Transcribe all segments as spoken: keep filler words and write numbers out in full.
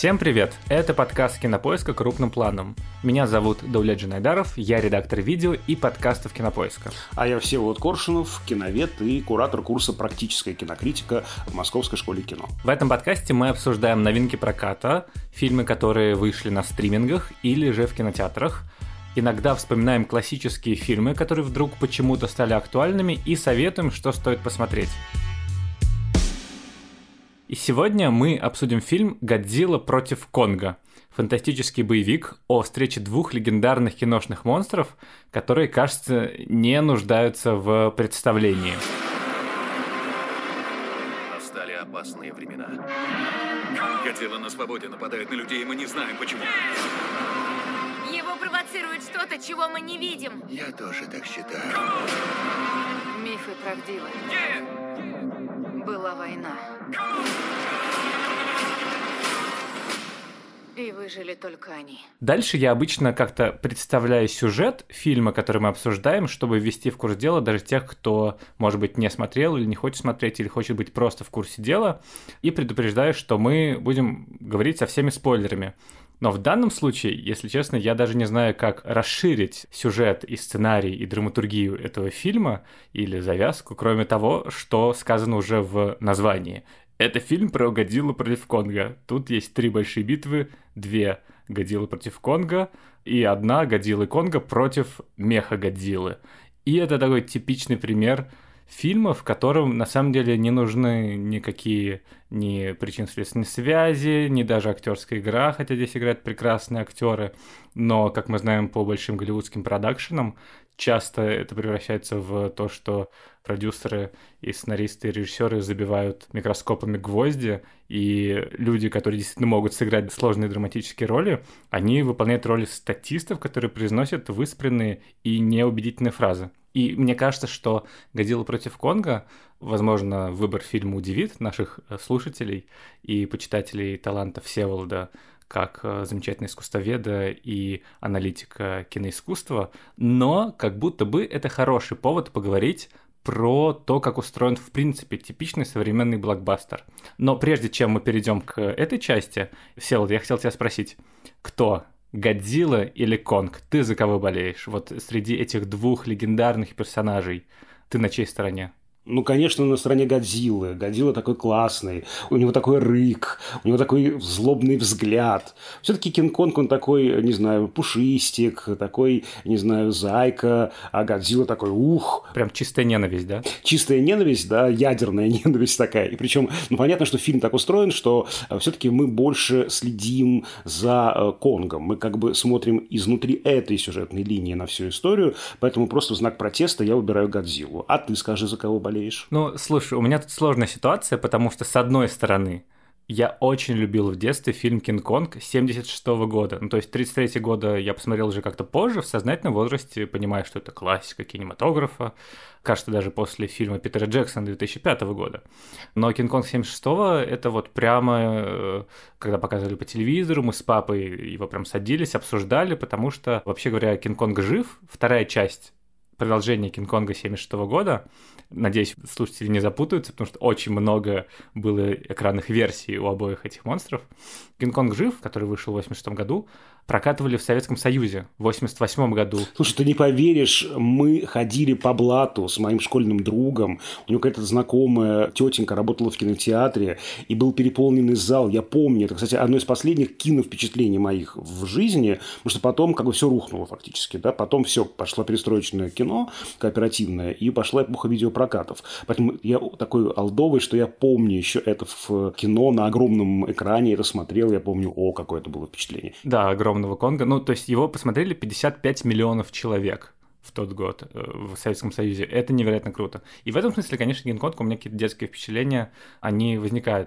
Всем привет! Это подкаст «Кинопоиска. Крупным планом». Меня зовут Даулет Джанайдаров, я редактор видео и подкастов «Кинопоиска». А я Всеволод Коршунов, киновед и куратор курса «Практическая кинокритика» в Московской школе кино. В этом подкасте мы обсуждаем новинки проката, фильмы, которые вышли на стримингах или же в кинотеатрах. Иногда вспоминаем классические фильмы, которые вдруг почему-то стали актуальными, и советуем, что стоит посмотреть. И сегодня мы обсудим фильм «Годзилла против Конга». Фантастический боевик о встрече двух легендарных киношных монстров, которые, кажется, не нуждаются в представлении. Настали опасные времена. Годзилла на свободе нападает на людей, и мы не знаем почему. Его провоцирует что-то, чего мы не видим. Я тоже так считаю. Мифы правдивы. Была война. И выжили только они. Дальше я обычно как-то представляю сюжет фильма, который мы обсуждаем, чтобы ввести в курс дела даже тех, кто, может быть, не смотрел или не хочет смотреть, или хочет быть просто в курсе дела, и предупреждаю, что мы будем говорить со всеми спойлерами. Но в данном случае, если честно, я даже не знаю, как расширить сюжет и сценарий, и драматургию этого фильма или завязку, кроме того, что сказано уже в названии. Это фильм про Годзиллу против Конга. Тут есть три большие битвы, две Годзиллы против Конга и одна Годзилла и Конга против меха-Годзиллы. И это такой типичный пример фильма, в котором на самом деле не нужны никакие ни причинно-следственные связи, ни даже актерская игра, хотя здесь играют прекрасные актеры. Но, как мы знаем по большим голливудским продакшенам, часто это превращается в то, что продюсеры и сценаристы, и режиссеры забивают микроскопами гвозди, и люди, которые действительно могут сыграть сложные драматические роли, они выполняют роли статистов, которые произносят выспренные и неубедительные фразы. И мне кажется, что «Годзилла против Конга», возможно, выбор фильма удивит наших слушателей и почитателей таланта Всеволода как замечательного искусствоведа и аналитика киноискусства, но как будто бы это хороший повод поговорить про то, как устроен, в принципе, типичный современный блокбастер. Но прежде чем мы перейдем к этой части, Всеволод, я хотел тебя спросить, кто? Годзилла или Конг? Ты за кого болеешь? Вот среди этих двух легендарных персонажей ты на чьей стороне? Ну, конечно, на стороне Годзиллы. Годзилла такой классный, у него такой рык, у него такой злобный взгляд. Все-таки Кинг-Конг, он такой, не знаю, пушистик, такой, не знаю, зайка, а Годзилла такой, ух. Прям чистая ненависть, да? Чистая ненависть, да, ядерная ненависть такая. И причем, ну, понятно, что фильм так устроен, что все-таки мы больше следим за Конгом. Мы как бы смотрим изнутри этой сюжетной линии на всю историю, поэтому просто в знак протеста я выбираю Годзиллу. А ты скажи, за кого болеешь? Ну, слушай, у меня тут сложная ситуация, потому что, с одной стороны, я очень любил в детстве фильм «Кинг-Конг» семьдесят шестого года. Ну, то есть тридцать третьего года я посмотрел уже как-то позже, в сознательном возрасте, понимая, что это классика кинематографа. Кажется, даже после фильма Питера Джексона две тысячи пятого года. Но «Кинг-Конг» семьдесят шестого это вот прямо, когда показывали по телевизору, мы с папой его прям садились, обсуждали, потому что, вообще говоря, «Кинг-Конг» жив. Вторая часть, продолжение «Кинг-Конга» семьдесят шестого года. Надеюсь, слушатели не запутаются, потому что очень много было экранных версий у обоих этих монстров. «Кинг-Конг» жив, который вышел в восемьдесят шестом году, прокатывали в Советском Союзе в восемьдесят восьмом году. Слушай, ты не поверишь, мы ходили по блату с моим школьным другом. У него какая-то знакомая тетенька работала в кинотеатре, и был переполненный зал. Я помню, это, кстати, одно из последних киновпечатлений моих в жизни, потому что потом как бы все рухнуло фактически. Да? Потом все, пошло перестроечное кино кооперативное, и пошла эпоха видеопрокатов. Поэтому я такой олдовый, что я помню еще это в кино на огромном экране, это смотрел, я помню, о, какое это было впечатление. Да, огромного Конга. Ну, то есть его посмотрели пятьдесят пять миллионов человек в тот год в Советском Союзе. Это невероятно круто. И в этом смысле, конечно, «Кинг-Конг», у меня какие-то детские впечатления, они возникают.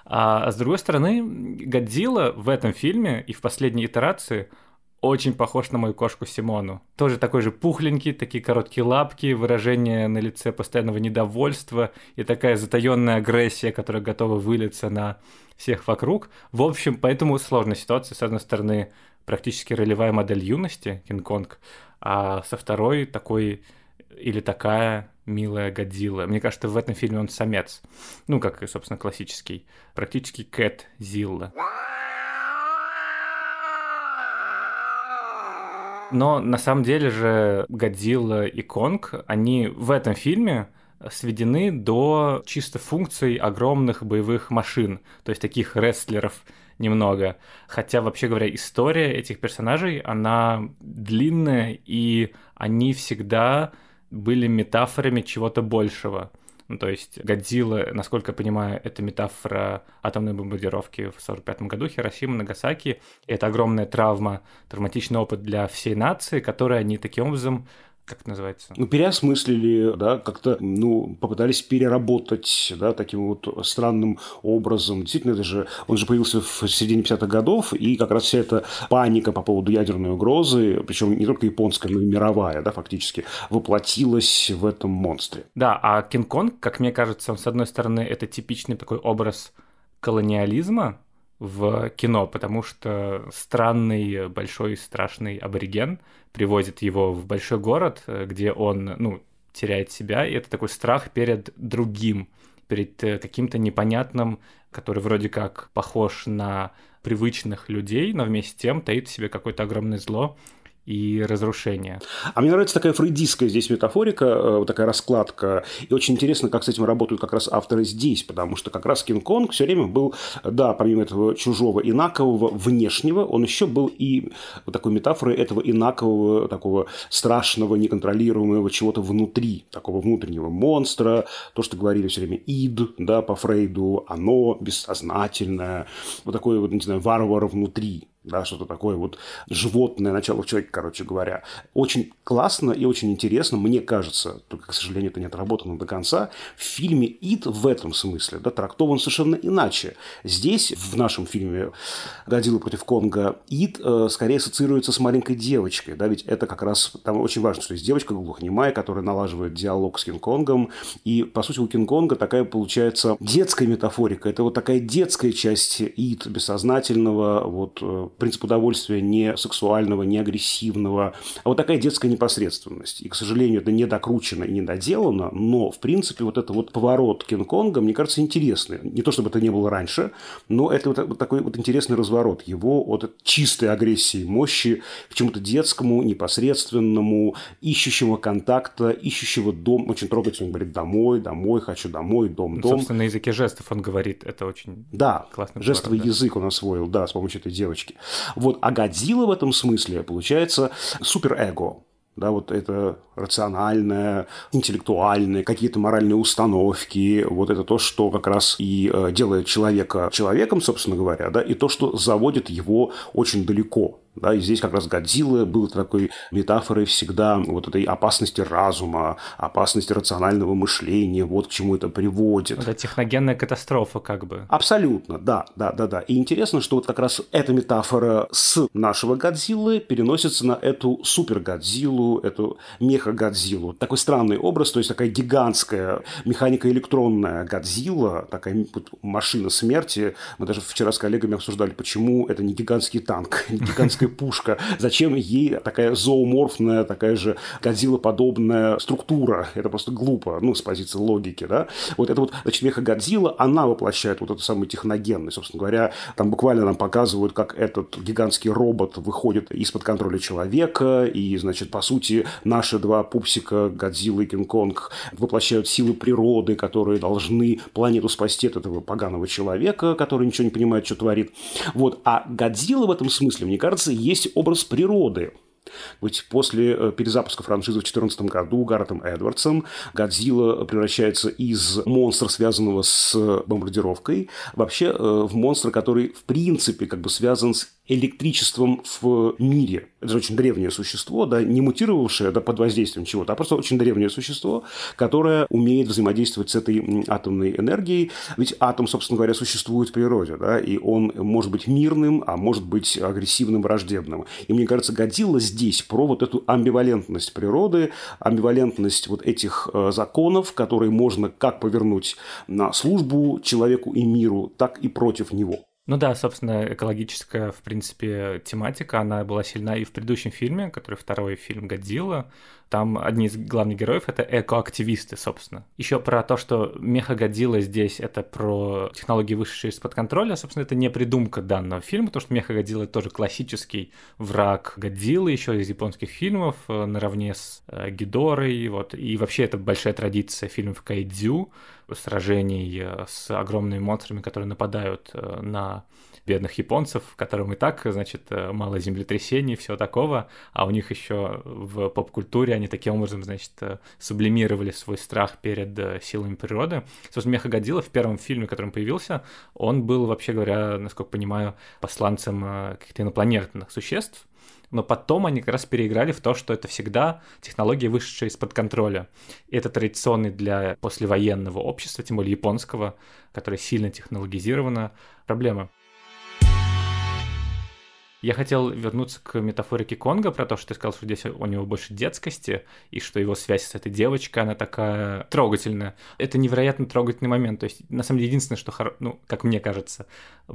А с другой стороны, Годзилла в этом фильме и в последней итерации очень похож на мою кошку Симону. Тоже такой же пухленький, такие короткие лапки, выражение на лице постоянного недовольства и такая затаённая агрессия, которая готова вылиться на всех вокруг. В общем, поэтому сложная ситуация. С одной стороны, практически ролевая модель юности, Кинг-Конг, а со второй такой или такая милая Годзилла. Мне кажется, в этом фильме он самец. Ну, как и, собственно, классический. Практически Кэт Зилла. Но на самом деле же Годзилла и Конг, они в этом фильме сведены до чисто функций огромных боевых машин, то есть таких рестлеров немного. Хотя, вообще говоря, история этих персонажей, она длинная, и они всегда были метафорами чего-то большего. Ну, то есть Годзилла, насколько я понимаю, это метафора атомной бомбардировки в сорок пятом году, Хиросима, Нагасаки. И это огромная травма, травматичный опыт для всей нации, который они таким образом, как это называется? Ну, переосмыслили, да, как-то, ну, попытались переработать, да, таким вот странным образом. Действительно, это же, он же появился в середине пятидесятых годов, и как раз вся эта паника по поводу ядерной угрозы, причем не только японская, но и мировая, да, фактически, воплотилась в этом монстре. Да, а Кинг-Конг, как мне кажется, он, с одной стороны, это типичный такой образ колониализма в кино, потому что странный, большой, страшный абориген привозит его в большой город, где он, ну, теряет себя, и это такой страх перед другим, перед каким-то непонятным, который вроде как похож на привычных людей, но вместе с тем таит в себе какое-то огромное зло и разрушение. А мне нравится такая фрейдистская здесь метафорика, вот такая раскладка. И очень интересно, как с этим работают как раз авторы здесь, потому что как раз Кинг-Конг все время был, да, помимо этого чужого, инакового, внешнего, он еще был и вот такой метафорой этого инакового, такого страшного, неконтролируемого чего-то внутри, такого внутреннего монстра, то, что говорили все время ид, да, по Фрейду, оно бессознательное, вот такой вот, не знаю, варвар внутри. Да, что-то такое вот животное начало в человеке, короче говоря. Очень классно и очень интересно, мне кажется, только, к сожалению, это не отработано до конца, в фильме «Ит» в этом смысле, да, трактован совершенно иначе. Здесь, в нашем фильме «Годзилла против Конга», Ит э, скорее ассоциируется с маленькой девочкой, да, ведь это как раз, там очень важно, что есть девочка глухонемая, которая налаживает диалог с Кинг-Конгом, и, по сути, у Кинг-Конга такая, получается, детская метафорика, это вот такая детская часть Ит, бессознательного, вот, принцип удовольствия не сексуального, не агрессивного, а вот такая детская непосредственность. И, к сожалению, это не докручено и не доделано, но, в принципе, вот это вот поворот Кинг-Конга, мне кажется, интересный. Не то, чтобы это не было раньше, но это вот, вот такой вот интересный разворот его от чистой агрессии, мощи к чему-то детскому, непосредственному, ищущему контакта, ищущего дом. Очень трогательно, он говорит «домой, домой, хочу домой, дом, дом». Собственно, на языке жестов он говорит, это очень да, классный жестовый поворот, да. язык он освоил, да, с помощью этой девочки. Вот, а Годзилла в этом смысле получается суперэго. Да, вот это рациональное, интеллектуальное, какие-то моральные установки, вот это то, что как раз и э, делает человека человеком, собственно говоря, да, и то, что заводит его очень далеко. Да, и здесь как раз Годзилла был такой метафорой всегда вот этой опасности разума, опасности рационального мышления, вот к чему это приводит. Это техногенная катастрофа как бы. Абсолютно, да, да, да, да. И интересно, что вот как раз эта метафора с нашего Годзиллы переносится на эту супер-Годзиллу, эту меха-Годзиллу. Такой странный образ, то есть такая гигантская механико-электронная Годзилла, такая машина смерти. Мы даже вчера с коллегами обсуждали, почему это не гигантский танк, не гигантская пушка. Зачем ей такая зооморфная, такая же Годзилла-подобная структура? Это просто глупо, ну, с позиции логики, да? Вот это вот, значит, меха-Годзилла, она воплощает вот эту самую техногенность. Собственно говоря, там буквально нам показывают, как этот гигантский робот выходит из-под контроля человека, и, значит, по сути, наши два пупсика, Годзилла и Кинг-Конг, воплощают силы природы, которые должны планету спасти от этого поганого человека, который ничего не понимает, что творит. Вот. А Годзилла в этом смысле, мне кажется, есть образ природы. Ведь после перезапуска франшизы в две тысячи четырнадцатом году Гарретом Эдвардсом Годзилла превращается из монстра, связанного с бомбардировкой, вообще в монстра, который в принципе как бы связан с электричеством в мире. Это же очень древнее существо, да, не мутировавшее, да, под воздействием чего-то, а просто очень древнее существо, которое умеет взаимодействовать с этой атомной энергией. Ведь атом, собственно говоря, существует в природе, да, и он может быть мирным, а может быть агрессивным, враждебным. И мне кажется, Годзилла здесь про вот эту амбивалентность природы, амбивалентность вот этих э, законов, которые можно как повернуть на службу человеку и миру, так и против него. Ну да, собственно, экологическая, в принципе, тематика, она была сильна и в предыдущем фильме, который второй фильм «Годзилла». Там одни из главных героев — это экоактивисты, собственно. Еще про то, что Мехагодзилла здесь — это про технологии, вышедшие из-под контроля. Собственно, это не придумка данного фильма, потому что Мехагодзилла — тоже классический враг Годзиллы, еще из японских фильмов, наравне с Гидорой. Вот. И вообще это большая традиция фильмов кайдзю, сражений с огромными монстрами, которые нападают на бедных японцев, которым и так, значит, мало землетрясений, всего такого, а у них еще в поп-культуре они таким образом, значит, сублимировали свой страх перед силами природы. Собственно, Мехагодзилла в первом фильме, который появился, он был, вообще говоря, насколько понимаю, посланцем каких-то инопланетных существ, но потом они как раз переиграли в то, что это всегда технология, вышедшая из-под контроля. И это традиционный для послевоенного общества, тем более японского, которое сильно технологизировано, проблема. Я хотел вернуться к метафорике Конга, про то, что ты сказал, что здесь у него больше детскости, и что его связь с этой девочкой, она такая трогательная. Это невероятно трогательный момент. То есть, на самом деле, единственное, что, хоро... ну, как мне кажется,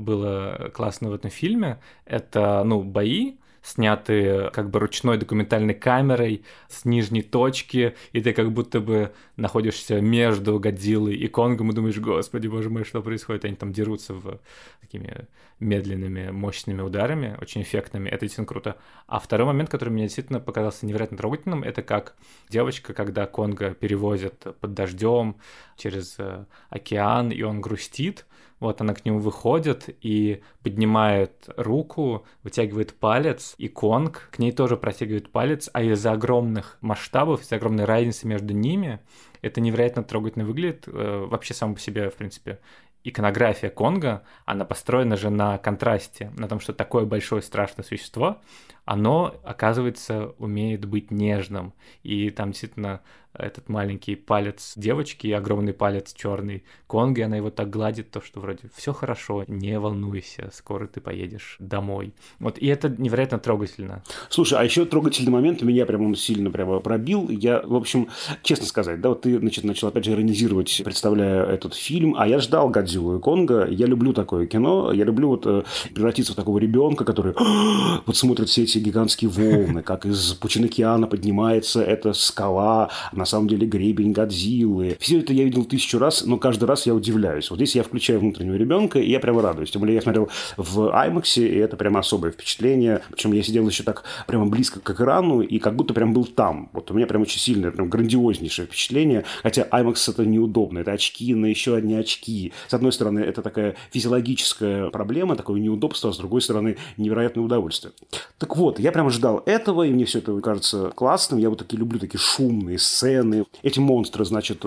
было классно в этом фильме, это, ну, бои, снятые как бы ручной документальной камерой с нижней точки, и ты как будто бы находишься между Годзиллой и Конгом и думаешь: господи, боже мой, что происходит? Они там дерутся в такими медленными, мощными ударами, очень эффектными. Это действительно круто. А второй момент, который мне действительно показался невероятно трогательным, это как девочка, когда Конга перевозят под дождем через океан, и он грустит, вот она к нему выходит и поднимает руку, вытягивает палец, и Конг к ней тоже протягивает палец, а из-за огромных масштабов, из-за огромной разницы между ними, это невероятно трогательно выглядит. Вообще само по себе, в принципе, иконография Конга, она построена же на контрасте, на том, что такое большое страшное существо, оно, оказывается, умеет быть нежным. И там действительно этот маленький палец девочки и огромный палец черный Конга, и она его так гладит, то, что вроде все хорошо, не волнуйся, скоро ты поедешь домой. Вот, и это невероятно трогательно. Слушай, а еще трогательный момент меня прям он сильно прямо пробил. Я, в общем, честно сказать, да, вот ты, значит, начал опять же иронизировать, представляя этот фильм, а я ждал Годзиллу и Конга. Я люблю такое кино, я люблю вот превратиться в такого ребенка, который вот смотрит все эти гигантские волны, как из пучины океана поднимается эта скала, на самом деле гребень Годзиллы. Все это я видел тысячу раз, но каждый раз я удивляюсь. Вот здесь я включаю внутреннего ребенка, и я прямо радуюсь. Тем более я смотрел в аймаксе, и это прямо особое впечатление. Причем я сидел еще так прямо близко к экрану, и как будто прям был там. Вот у меня прям очень сильное, прям грандиознейшее впечатление. Хотя IMAX это неудобно. Это очки на еще одни очки. С одной стороны, это такая физиологическая проблема, такое неудобство, а с другой стороны, невероятное удовольствие. Так вот, я прямо ждал этого, и мне все это кажется классным. Я вот такие люблю такие шумные сцены. Эти монстры, значит,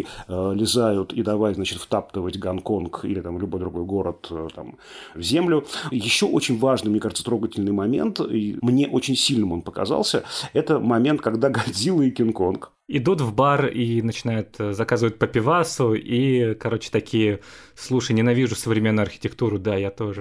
вылезают и давай, значит, втаптывать Гонконг или там любой другой город там в землю. Еще очень важный, мне кажется, трогательный момент, и мне очень сильным он показался, это момент, когда Годзилла и Кинг-Конг идут в бар и начинают заказывать по пивасу, и, короче, такие: слушай, ненавижу современную архитектуру, да, я тоже.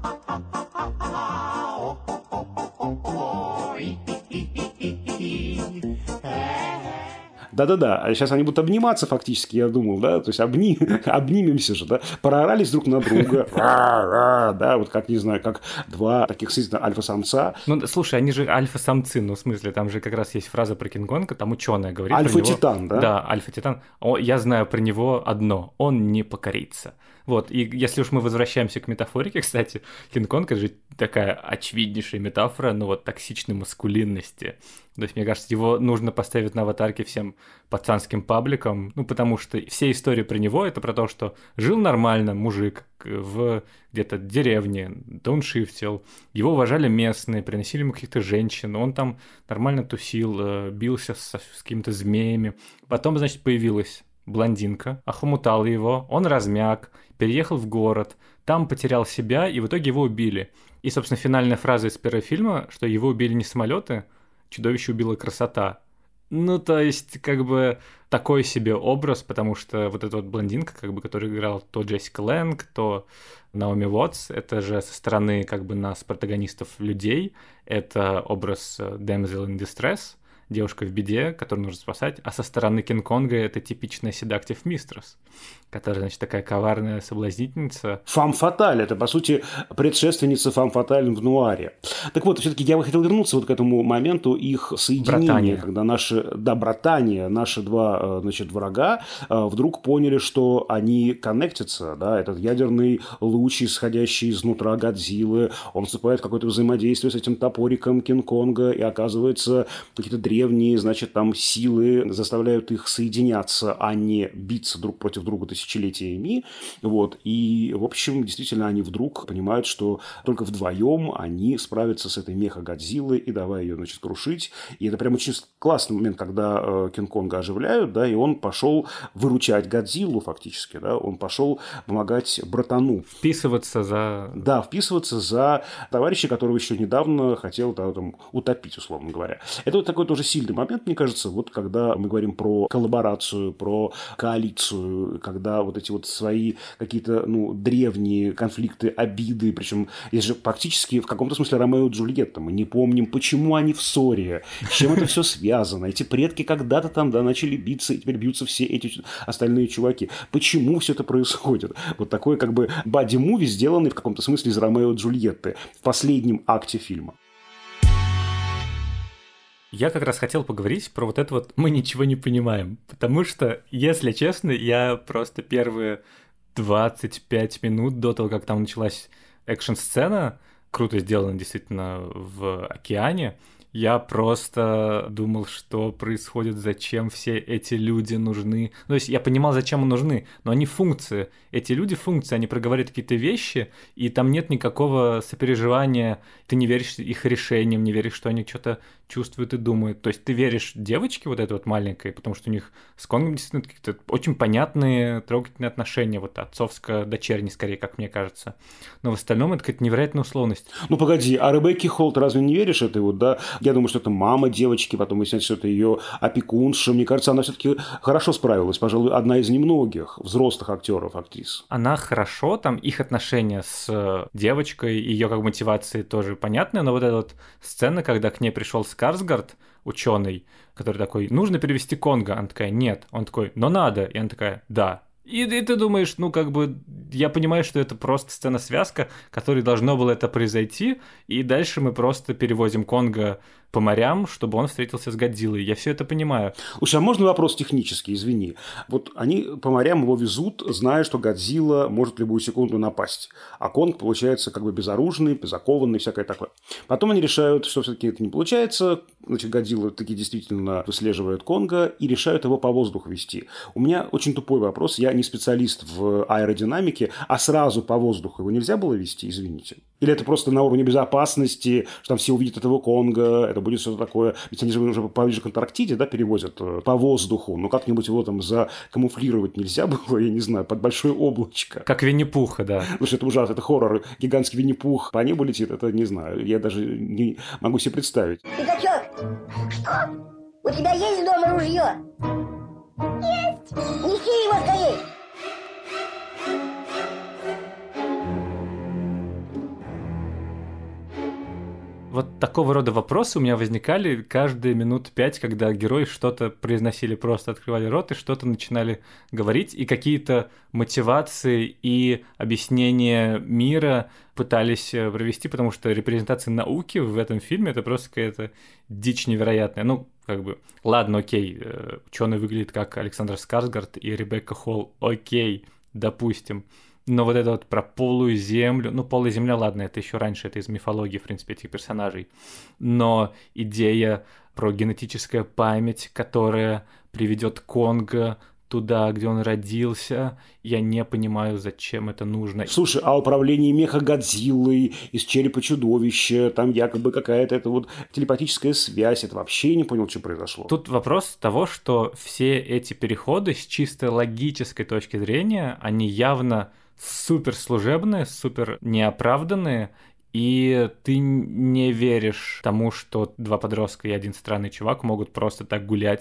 Да-да-да, а сейчас они будут обниматься фактически, я думал, да, то есть обни... обнимемся же, да, проорались друг на друга, да, вот как, не знаю, как два таких, действительно, альфа-самца. Ну, слушай, они же альфа-самцы, ну, в смысле, там же как раз есть фраза про Кинг-Конга, там ученая говорит Альфа-титан, да? Да, альфа-титан. О, я знаю про него одно, он не покорится. Вот, и если уж мы возвращаемся к метафорике, кстати, Кинг-Конг — это же такая очевиднейшая метафора, ну, вот, токсичной маскулинности. То есть, мне кажется, его нужно поставить на аватарке всем пацанским пабликам, ну, потому что все истории про него — это про то, что жил нормально мужик в где-то деревне, дауншифтил, его уважали местные, приносили ему каких-то женщин, он там нормально тусил, бился с, с какими-то змеями. Потом, значит, появилась блондинка, охомутала его, он размяк, переехал в город, там потерял себя, и в итоге его убили. И, собственно, финальная фраза из первого фильма, что его убили не самолеты, чудовище убила красота. Ну, то есть, как бы, такой себе образ, потому что вот эта вот блондинка, как бы, которую играл то Джессика Лэнг, то Наоми Уотс, это же со стороны, как бы, нас, протагонистов, людей, это образ damsel in distress, девушка в беде, которую нужно спасать, а со стороны Кинг-Конга это типичная seductive mistress, которая, значит, такая коварная соблазнительница. Фам-фаталь – это, по сути, предшественница фам-фаталь в нуаре. Так вот, все-таки я бы хотел вернуться вот к этому моменту их соединения, братания. Когда наши, да, братания, наши два, значит, врага вдруг поняли, что они коннектятся, да, этот ядерный луч, исходящий изнутра Годзиллы, он вступает в какое-то взаимодействие с этим топориком Кинг-Конга, и оказывается, какие-то древние, значит, там силы заставляют их соединяться, а не биться друг против друга тысячелетиями. Вот. И, в общем, действительно, они вдруг понимают, что только вдвоем они справятся с этой меха-Годзиллой и давай ее, значит, крушить. И это прям очень классный момент, когда э, Кинг-Конга оживляют, да, и он пошел выручать Годзиллу фактически, да, он пошел помогать братану. Вписываться за... Да, вписываться за товарища, которого еще недавно хотел да, там, утопить, условно говоря. Это вот такой тоже сильный момент, мне кажется, вот когда мы говорим про коллаборацию, про коалицию, когда вот эти вот свои какие-то, ну, древние конфликты, обиды, причем есть же фактически в каком-то смысле Ромео и Джульетта. Мы не помним, почему они в ссоре, с чем это все связано. Эти предки когда-то там, да, начали биться, и теперь бьются все эти остальные чуваки. Почему все это происходит? Вот такой как бы бади-муви, сделанный в каком-то смысле из Ромео и Джульетты в последнем акте фильма. Я как раз хотел поговорить про вот это вот «мы ничего не понимаем», потому что, если честно, я просто первые двадцать пять минут до того, как там началась экшн-сцена, круто сделана действительно в океане, я просто думал, что происходит, зачем все эти люди нужны. Ну, то есть я понимал, зачем они нужны, но они функции. Эти люди функции, они проговаривают какие-то вещи, и там нет никакого сопереживания. Ты не веришь их решениям, не веришь, что они что-то чувствуют и думают. То есть ты веришь девочке вот этой вот маленькой, потому что у них с Конгом действительно какие-то очень понятные, трогательные отношения, вот отцовско-дочерние, скорее, как мне кажется. Но в остальном это какая-то невероятная условность. Ну, погоди, а Ребекки Холт разве не веришь этой вот, да? Я думаю, что это мама девочки, потом выясняется, что это ее опекунша. Мне кажется, она все-таки хорошо справилась. Пожалуй, одна из немногих взрослых актеров, актрис. Она хорошо, там их отношения с девочкой, ее как мотивации тоже понятны, но вот эта вот сцена, когда к ней пришел Скарсгард, ученый, который такой, нужно перевести Конга. Она такая, нет. Он такой, но надо. И она такая, да. И, и ты думаешь, ну, как бы, я понимаю, что это просто сцена-связка, которой должно было это произойти, и дальше мы просто перевозим Конга по морям, чтобы он встретился с Годзиллой. Я все это понимаю. Слушай, а можно вопрос технический, извини? Вот они по морям его везут, зная, что Годзилла может в любую секунду напасть. А Конг, получается, как бы безоружный, закованный, всякое такое. Потом они решают, что все-таки это не получается. Значит, Годзилла таки действительно выслеживает Конга и решают его по воздуху вести. У меня очень тупой вопрос. Я не специалист в аэродинамике, а сразу по воздуху его нельзя было вести, извините? Или это просто на уровне безопасности, что там все увидят этого Конга, это будет что-то такое. Ведь они же уже поближе к Антарктиде, да, перевозят по воздуху. Но как-нибудь его там закамуфлировать нельзя было, я не знаю, под большое облачко. Как Винни-Пуха, да. Потому что это ужасно, это хоррор. Гигантский Винни-Пух по небу летит, это не знаю. Я даже не могу себе представить. Пятачок, что? У тебя есть дома ружье? Есть. Неси его скорее. Вот такого рода вопросы у меня возникали каждые минут пять, когда герои что-то произносили, просто открывали рот и что-то начинали говорить, и какие-то мотивации и объяснения мира пытались провести, потому что репрезентация науки в этом фильме — это просто какая-то дичь невероятная. Ну, как бы, ладно, окей, ученый выглядит как Александр Скарсгард и Ребекка Холл, окей, допустим. Но вот это вот про полую землю, ну, полая земля, ладно, это еще раньше, это из мифологии, в принципе, этих персонажей. Но идея про генетическая память, которая приведет Конга туда, где он родился, я не понимаю, зачем это нужно. Слушай, а управление меха-Годзиллой из черепа чудовища, там якобы какая-то это вот телепатическая связь, это вообще не понял, что произошло. Тут вопрос того, что все эти переходы с чисто логической точки зрения, они явно супер служебные, супер неоправданные, и ты не веришь тому, что два подростка и один странный чувак могут просто так гулять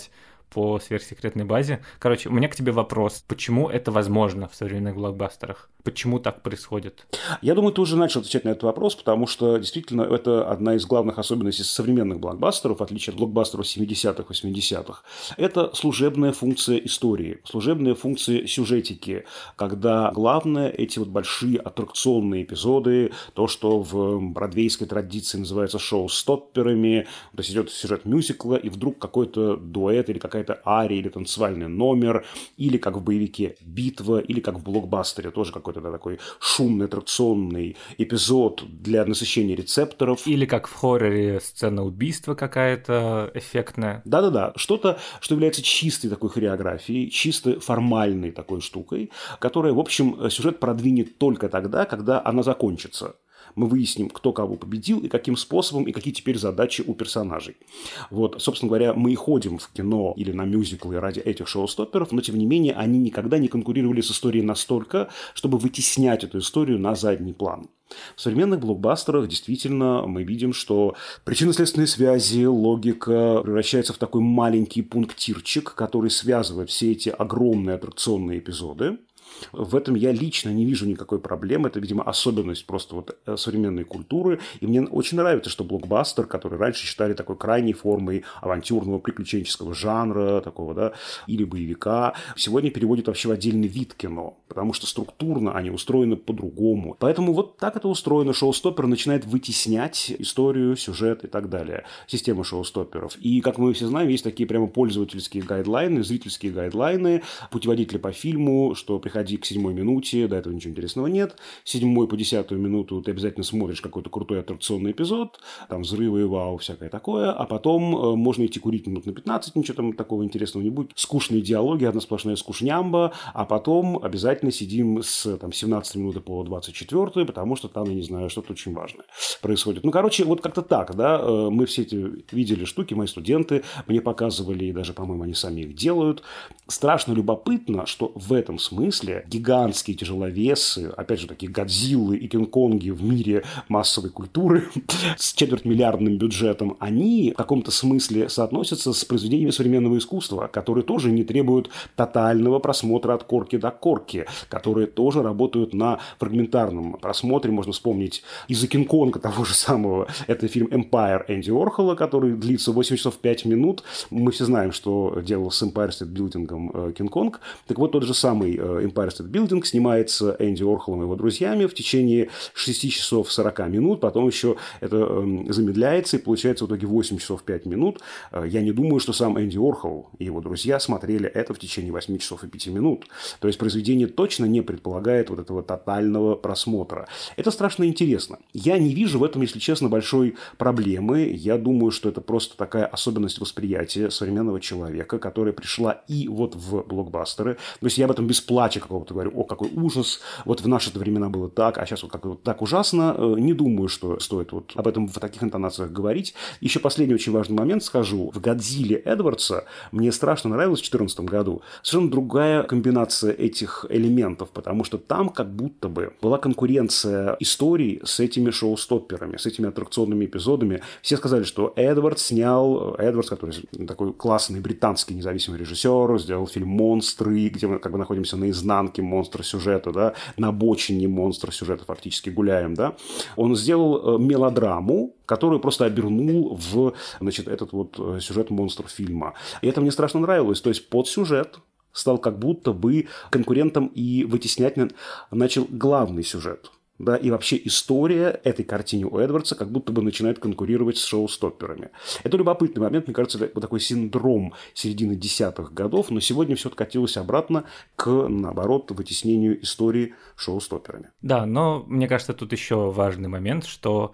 по сверхсекретной базе. Короче, у меня к тебе вопрос. Почему это возможно в современных блокбастерах? Почему так происходит? Я думаю, ты уже начал отвечать на этот вопрос, потому что действительно это одна из главных особенностей современных блокбастеров, в отличие от блокбастеров семидесятых, восьмидесятых. Это служебная функция истории, служебная функция сюжетики, когда главное эти вот большие аттракционные эпизоды, то, что в бродвейской традиции называется шоу-стопперами, то есть идет сюжет мюзикла, и вдруг какой-то дуэт или какая-то ария, или танцевальный номер, или как в боевике битва, или как в блокбастере, тоже какой-то да, такой шумный аттракционный эпизод для насыщения рецепторов. Или как в хорроре сцена убийства какая-то эффектная. Да-да-да, что-то, что является чистой такой хореографией, чисто формальной такой штукой, которая, в общем, сюжет продвинет только тогда, когда она закончится. Мы выясним, кто кого победил и каким способом, и какие теперь задачи у персонажей. Вот, собственно говоря, мы и ходим в кино или на мюзиклы ради этих шоу-стопперов, но, тем не менее, они никогда не конкурировали с историей настолько, чтобы вытеснять эту историю на задний план. В современных блокбастерах действительно мы видим, что причинно-следственные связи, логика превращается в такой маленький пунктирчик, который связывает все эти огромные аттракционные эпизоды. В этом я лично не вижу никакой проблемы. Это, видимо, особенность просто вот современной культуры. И мне очень нравится, что блокбастер, который раньше считали такой крайней формой авантюрного приключенческого жанра, такого, да, или боевика, сегодня переводят вообще в отдельный вид кино, потому что структурно они устроены по-другому. Поэтому вот так это устроено. Шоу-стоппер начинает вытеснять историю, сюжет и так далее. Система шоу-стопперов. И, как мы все знаем, есть такие прямо пользовательские гайдлайны, зрительские гайдлайны, путеводители по фильму, что приходи к седьмой минуте, до этого ничего интересного нет. С седьмой по десятую минуту ты обязательно смотришь какой-то крутой аттракционный эпизод, там взрывы и вау, всякое такое, а потом э, можно идти курить минут на пятнадцать, ничего там такого интересного не будет. Скучные диалоги, одна сплошная скучнямба, а потом обязательно сидим с там, семнадцатой минуты по двадцать четвёртую, потому что там, я не знаю, что-то очень важное происходит. Ну, короче, вот как-то так, да, э, мы все эти видели штуки, мои студенты мне показывали, и даже, по-моему, они сами их делают. Страшно любопытно, что в этом смысле гигантские тяжеловесы, опять же, такие Годзиллы и Кинг-Конги в мире массовой культуры с четвертьмиллиардным бюджетом, они в каком-то смысле соотносятся с произведениями современного искусства, которые тоже не требуют тотального просмотра от корки до корки, которые тоже работают на фрагментарном просмотре. Можно вспомнить из-за Кинг-Конга того же самого. Это фильм «Empire» Энди Уорхола, который длится восемь часов пять минут. Мы все знаем, что делал с Empire State Building Кинг-Конг. Так вот, тот же самый Empire State Building снимается Энди Уорхолом и его друзьями в течение шести часов сорока минут, потом еще это э, замедляется, и получается в итоге восемь часов пять минут. Я не думаю, что сам Энди Уорхол и его друзья смотрели это в течение восьми часов и пяти минут. То есть произведение точно не предполагает вот этого тотального просмотра. Это страшно интересно. Я не вижу в этом, если честно, большой проблемы. Я думаю, что это просто такая особенность восприятия современного человека, которая пришла и вот в блокбастеры. То есть я об этом без плача какого-то говорю: о, какой ужас, вот в наши времена было так, а сейчас вот как вот так ужасно. Не думаю, что стоит вот об этом в таких интонациях говорить. Еще последний очень важный момент скажу. В «Годзилле» Эдвардса мне страшно нравилось в две тысячи четырнадцатом году совершенно другая комбинация этих элементов, потому что там как будто бы была конкуренция историй с этими шоу-стопперами, с этими аттракционными эпизодами. Все сказали, что Эдвардс снял, Эдвардс, который такой классный британский независимый режиссер, сделал фильм «Монстры», где мы как бы находимся на изнанке монстра сюжета, да, на обочине монстра сюжета фактически гуляем, да. Он сделал мелодраму, которую просто обернул в, значит, этот вот сюжет монстр-фильма. И это мне страшно нравилось. То есть под сюжет стал как будто бы конкурентом и вытеснять начал главный сюжет. Да, и вообще история этой картины у Эдвардса как будто бы начинает конкурировать с шоу-стопперами. Это любопытный момент, мне кажется, это такой синдром середины десятых годов, но сегодня все откатилось обратно к, наоборот, вытеснению истории шоу-стопперами. Да, но мне кажется, тут еще важный момент, что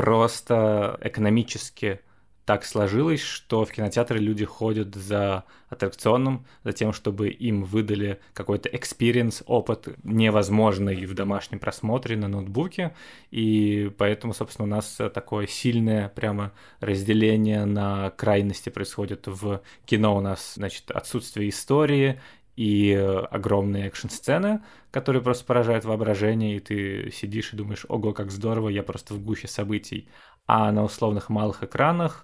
просто экономически так сложилось, что в кинотеатры люди ходят за аттракционом, за тем, чтобы им выдали какой-то экспириенс, опыт, невозможный в домашнем просмотре на ноутбуке, и поэтому, собственно, у нас такое сильное прямо разделение на крайности происходит в кино. У нас, значит, отсутствие истории и огромные экшн-сцены, которые просто поражают воображение, и ты сидишь и думаешь: ого, как здорово, я просто в гуще событий. А на условных малых экранах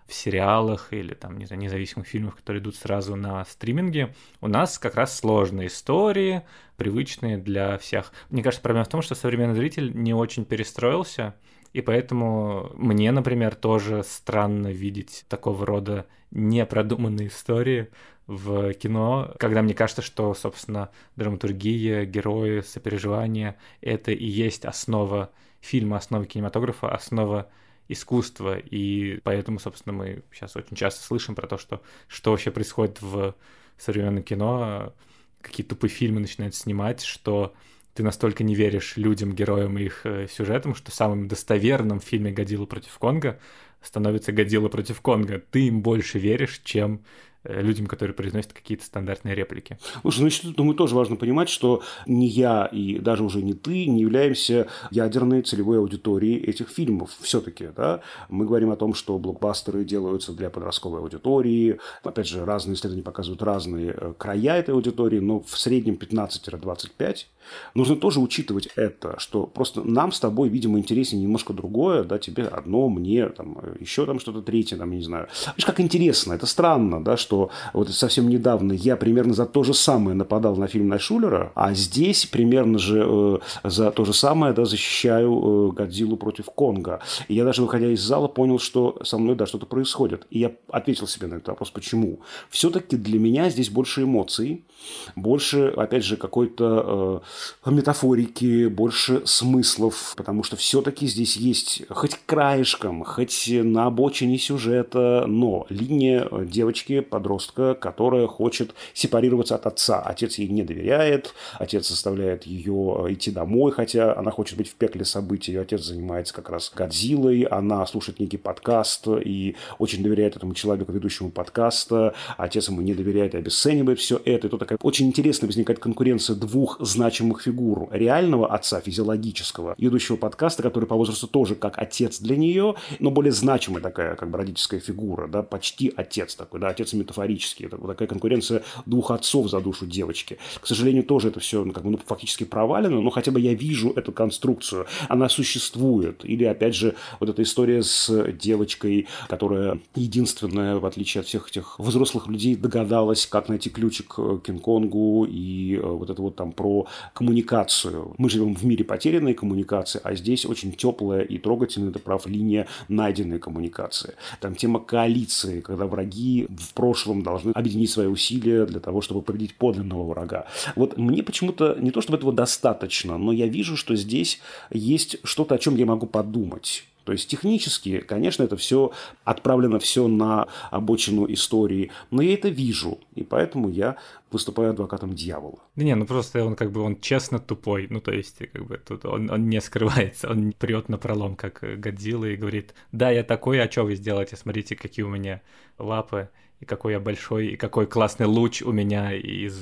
в сериалах или там, не знаю, независимых фильмах, которые идут сразу на стриминге. У нас как раз сложные истории, привычные для всех. Мне кажется, проблема в том, что современный зритель не очень перестроился, и поэтому мне, например, тоже странно видеть такого рода непродуманные истории в кино, когда мне кажется, что, собственно, драматургия, герои, сопереживание — это и есть основа фильма, основа кинематографа, основа искусства, и поэтому, собственно, мы сейчас очень часто слышим про то, что, что вообще происходит в современном кино, какие тупые фильмы начинают снимать, что ты настолько не веришь людям, героям и их сюжетам, что самым достоверным в фильме «Годзилла против Конга» становится «Годзилла против Конга». Ты им больше веришь, чем людям, которые произносят какие-то стандартные реплики. Слушай, значит, думаю, тоже важно понимать, что ни я и даже уже не ты не являемся ядерной целевой аудиторией этих фильмов. Все-таки, да, мы говорим о том, что блокбастеры делаются для подростковой аудитории. Опять же, разные исследования показывают разные края этой аудитории, но в среднем пятнадцать-двадцать пять. Нужно тоже учитывать это, что просто нам с тобой, видимо, интереснее немножко другое, да, тебе одно, мне там еще там что-то третье, там, я не знаю. Видишь, как интересно, это странно, да, что вот совсем недавно я примерно за то же самое нападал на фильм Найшулера, а здесь примерно же э, за то же самое, да, защищаю э, Годзиллу против Конга. И я даже, выходя из зала, понял, что со мной, да, что-то происходит. И я ответил себе на этот вопрос, почему. Все-таки для меня здесь больше эмоций, больше, опять же, какой-то э, метафорики, больше смыслов, потому что все-таки здесь есть хоть краешком, хоть на обочине сюжета, но линия девочки, подростка, которая хочет сепарироваться от отца. Отец ей не доверяет, отец заставляет ее идти домой, хотя она хочет быть в пекле событий. Ее отец занимается как раз Годзиллой, она слушает некий подкаст и очень доверяет этому человеку, ведущему подкаста. Отец ему не доверяет и обесценивает все это. И тут такая очень интересно возникает конкуренция двух значимых фигур. Реального отца, физиологического, ведущего подкаста, который по возрасту тоже как отец для нее, но более значимая такая как бы родительская фигура, да, почти отец такой, да, отец метафорический. Это вот такая конкуренция двух отцов за душу девочки. К сожалению, тоже это все как бы, ну, фактически провалено, но хотя бы я вижу эту конструкцию. Она существует. Или, опять же, вот эта история с девочкой, которая единственная, в отличие от всех этих взрослых людей, догадалась, как найти ключик к Кинг-Конгу, и вот это вот там про коммуникацию. Мы живем в мире потерянной коммуникации, а здесь очень теплая и трогательная, это прав, линия найденной коммуникации. Там тема коалиции, когда враги в прошлом должны объединить свои усилия для того, чтобы победить подлинного врага. Вот мне почему-то не то, чтобы этого достаточно, но я вижу, что здесь есть что-то, о чем я могу подумать. То есть технически, конечно, это все отправлено все на обочину истории, но я это вижу, и поэтому я выступаю адвокатом дьявола. Да не, ну просто он как бы он честно тупой, ну то есть как бы тут он, он не скрывается, он прет напролом, как Годзилла, и говорит: да, я такой, а что вы сделаете, смотрите, какие у меня лапы, и какой я большой, и какой классный луч у меня из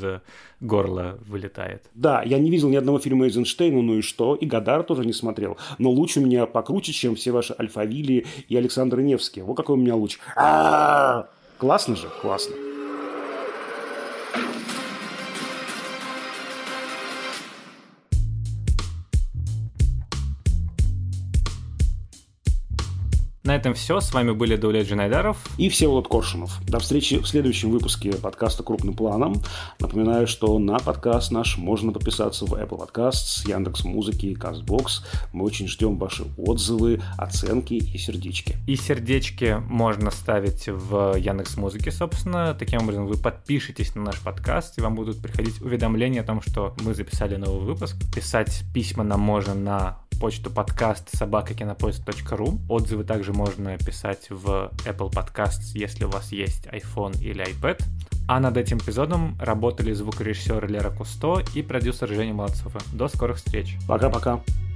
горла вылетает. Да, я не видел ни одного фильма Эйзенштейна, ну и что? И Годар тоже не смотрел. Но луч у меня покруче, чем все ваши Альфавили и Александр Невский. Вот какой у меня луч. А-а-а! Классно же? Классно. На этом все. С вами были Даулет Джанайдаров и Всеволод Коршунов. До встречи в следующем выпуске подкаста «Крупным планом». Напоминаю, что на подкаст наш можно подписаться в Apple Podcasts, Яндекс.Музыки и Castbox. Мы очень ждем ваши отзывы, оценки и сердечки. И сердечки можно ставить в Яндекс.Музыке, собственно. Таким образом, вы подпишетесь на наш подкаст, и вам будут приходить уведомления о том, что мы записали новый выпуск. Писать письма нам можно на почту подкаст собака кинопоиск точка ру. Отзывы также можно писать в Apple Podcasts, если у вас есть iPhone или iPad. А над этим эпизодом работали звукорежиссер Лера Кусто и продюсер Женя Молодцова. До скорых встреч. Пока-пока.